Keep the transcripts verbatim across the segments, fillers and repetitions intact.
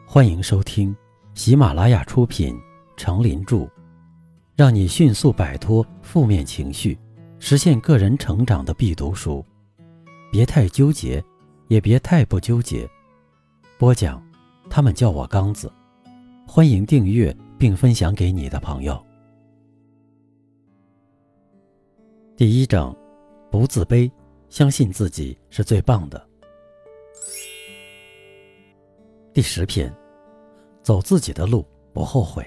欢迎收听喜马拉雅出品程林著，让你迅速摆脱负面情绪，实现个人成长的必读书。别太纠结，也别太不纠结。播讲，他们叫我刚子。欢迎订阅并分享给你的朋友。第一章，不自卑，相信自己是最棒的。第十篇，走自己的路，不后悔。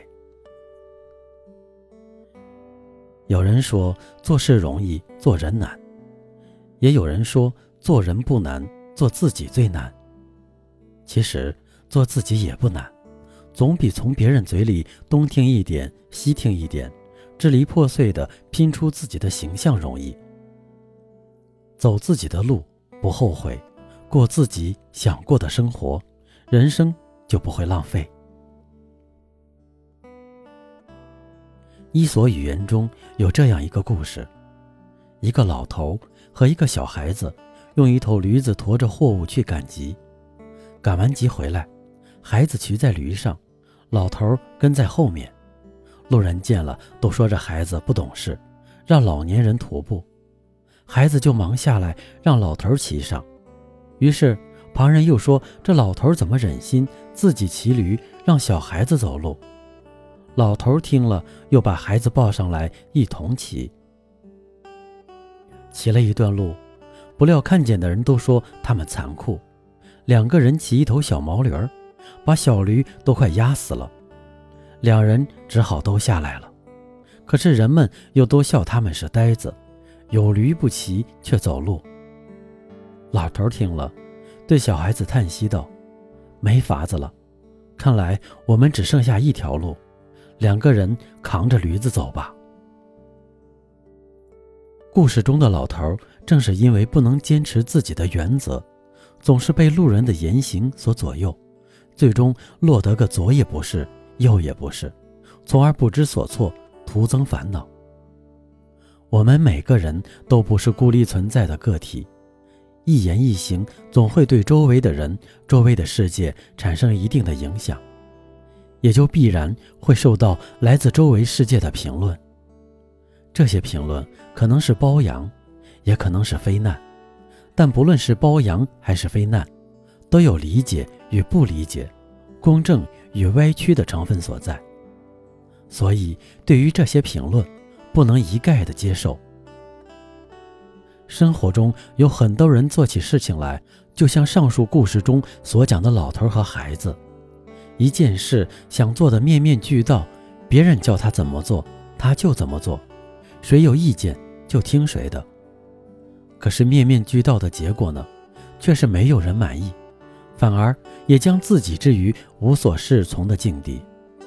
有人说做事容易，做人难；也有人说做人不难，做自己最难。其实做自己也不难，总比从别人嘴里东听一点西听一点，支离破碎地拼出自己的形象容易。走自己的路，不后悔，过自己想过的生活，人生就不会浪费。伊索寓言中有这样一个故事，一个老头和一个小孩子用一头驴子驮着货物去赶集。赶完集回来，孩子骑在驴上，老头跟在后面。路人见了都说这孩子不懂事，让老年人徒步。孩子就忙下来让老头骑上。于是旁人又说，这老头怎么忍心自己骑驴，让小孩子走路？老头听了，又把孩子抱上来一同骑。骑了一段路，不料看见的人都说他们残酷。两个人骑一头小毛驴儿，把小驴都快压死了。两人只好都下来了。可是人们又都笑他们是呆子，有驴不骑却走路。老头听了，对小孩子叹息道：没法子了，看来我们只剩下一条路，两个人扛着驴子走吧。故事中的老头正是因为不能坚持自己的原则，总是被路人的言行所左右，最终落得个左也不是右也不是，从而不知所措，徒增烦恼。我们每个人都不是孤立存在的个体，一言一行总会对周围的人、周围的世界产生一定的影响，也就必然会受到来自周围世界的评论。这些评论可能是褒扬，也可能是非难，但不论是褒扬还是非难，都有理解与不理解，公正与歪曲的成分所在。所以对于这些评论，不能一概的接受。生活中有很多人做起事情来，就像上述故事中所讲的老头和孩子，一件事想做的面面俱到，别人叫他怎么做他就怎么做，谁有意见就听谁的。可是面面俱到的结果呢，却是没有人满意，反而也将自己置于无所适从的境地。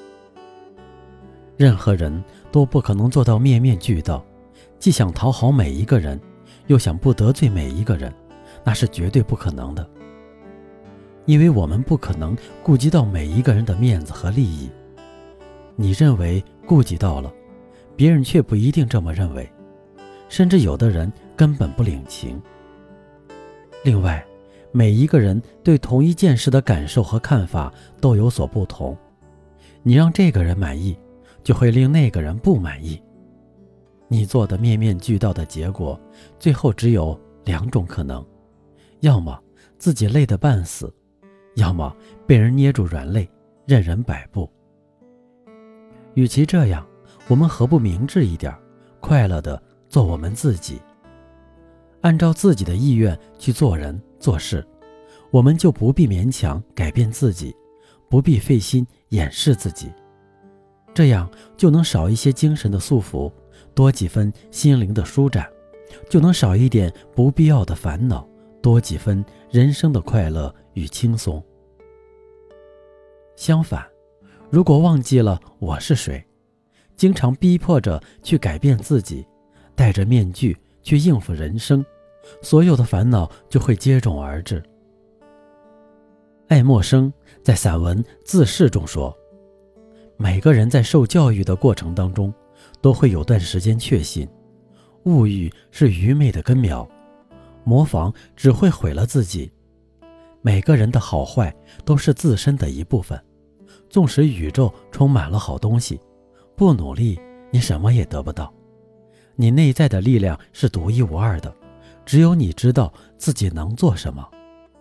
任何人都不可能做到面面俱到，既想讨好每一个人，又想不得罪每一个人，那是绝对不可能的。因为我们不可能顾及到每一个人的面子和利益。你认为顾及到了，别人却不一定这么认为，甚至有的人根本不领情。另外，每一个人对同一件事的感受和看法都有所不同，你让这个人满意，就会令那个人不满意。你做的面面俱到的结果，最后只有两种可能，要么自己累得半死，要么被人捏住软肋，任人摆布。与其这样，我们何不明智一点，快乐地做我们自己，按照自己的意愿去做人做事，我们就不必勉强改变自己，不必费心掩饰自己，这样就能少一些精神的束缚，多几分心灵的舒展，就能少一点不必要的烦恼，多几分人生的快乐与轻松。相反，如果忘记了我是谁，经常逼迫着去改变自己，戴着面具去应付人生，所有的烦恼就会接踵而至。爱默生在散文《自是》中说，每个人在受教育的过程当中，都会有段时间确信，物欲是愚昧的根苗，模仿只会毁了自己。 每个人的好坏都是自身的一部分，纵使宇宙充满了好东西，不努力你什么也得不到。你内在的力量是独一无二的，只有你知道自己能做什么。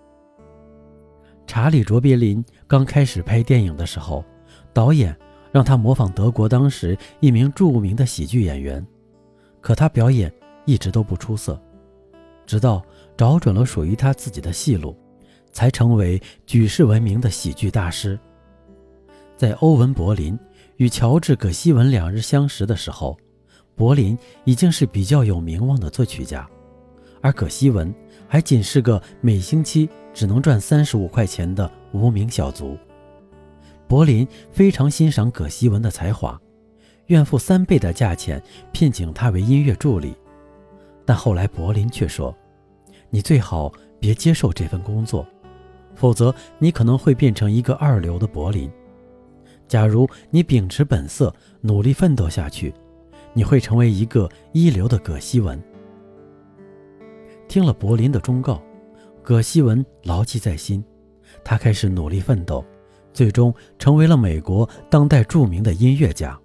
查理·卓别林刚开始拍电影的时候，导演让他模仿德国当时一名著名的喜剧演员，可他表演一直都不出色，直到找准了属于他自己的戏路，才成为举世闻名的喜剧大师。在欧文·柏林与乔治·葛西文两人相识的时候，柏林已经是比较有名望的作曲家，而葛西文还仅是个每星期只能赚三十五块钱的无名小卒。柏林非常欣赏葛西文的才华，愿付三倍的价钱聘请他为音乐助理。但后来柏林却说，你最好别接受这份工作，否则你可能会变成一个二流的柏林。假如你秉持本色，努力奋斗下去，你会成为一个一流的葛西文。听了柏林的忠告，葛西文牢记在心，他开始努力奋斗，最终成为了美国当代著名的音乐家。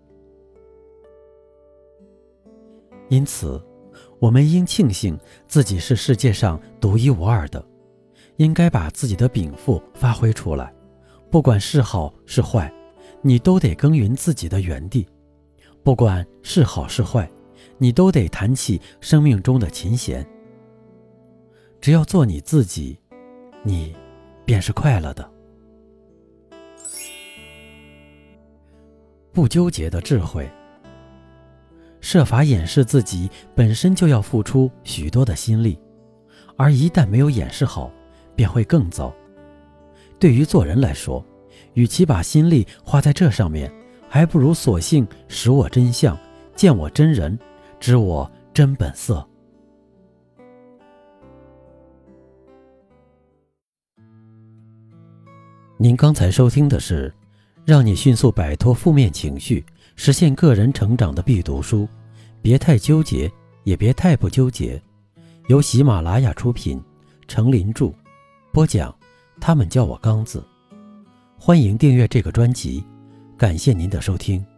因此，我们应庆幸自己是世界上独一无二的，应该把自己的禀赋发挥出来，不管是好是坏，你都得耕耘自己的园地；不管是好是坏，你都得弹起生命中的琴弦。只要做你自己，你便是快乐的。不纠结的智慧。设法掩饰自己本身就要付出许多的心力，而一旦没有掩饰好，便会更糟。对于做人来说，与其把心力花在这上面，还不如索性识我真相，见我真人，知我真本色。您刚才收听的是让你迅速摆脱负面情绪，实现个人成长的必读书，别太纠结，也别太不纠结。由喜马拉雅出品，程林著，播讲，他们叫我刚子。欢迎订阅这个专辑，感谢您的收听。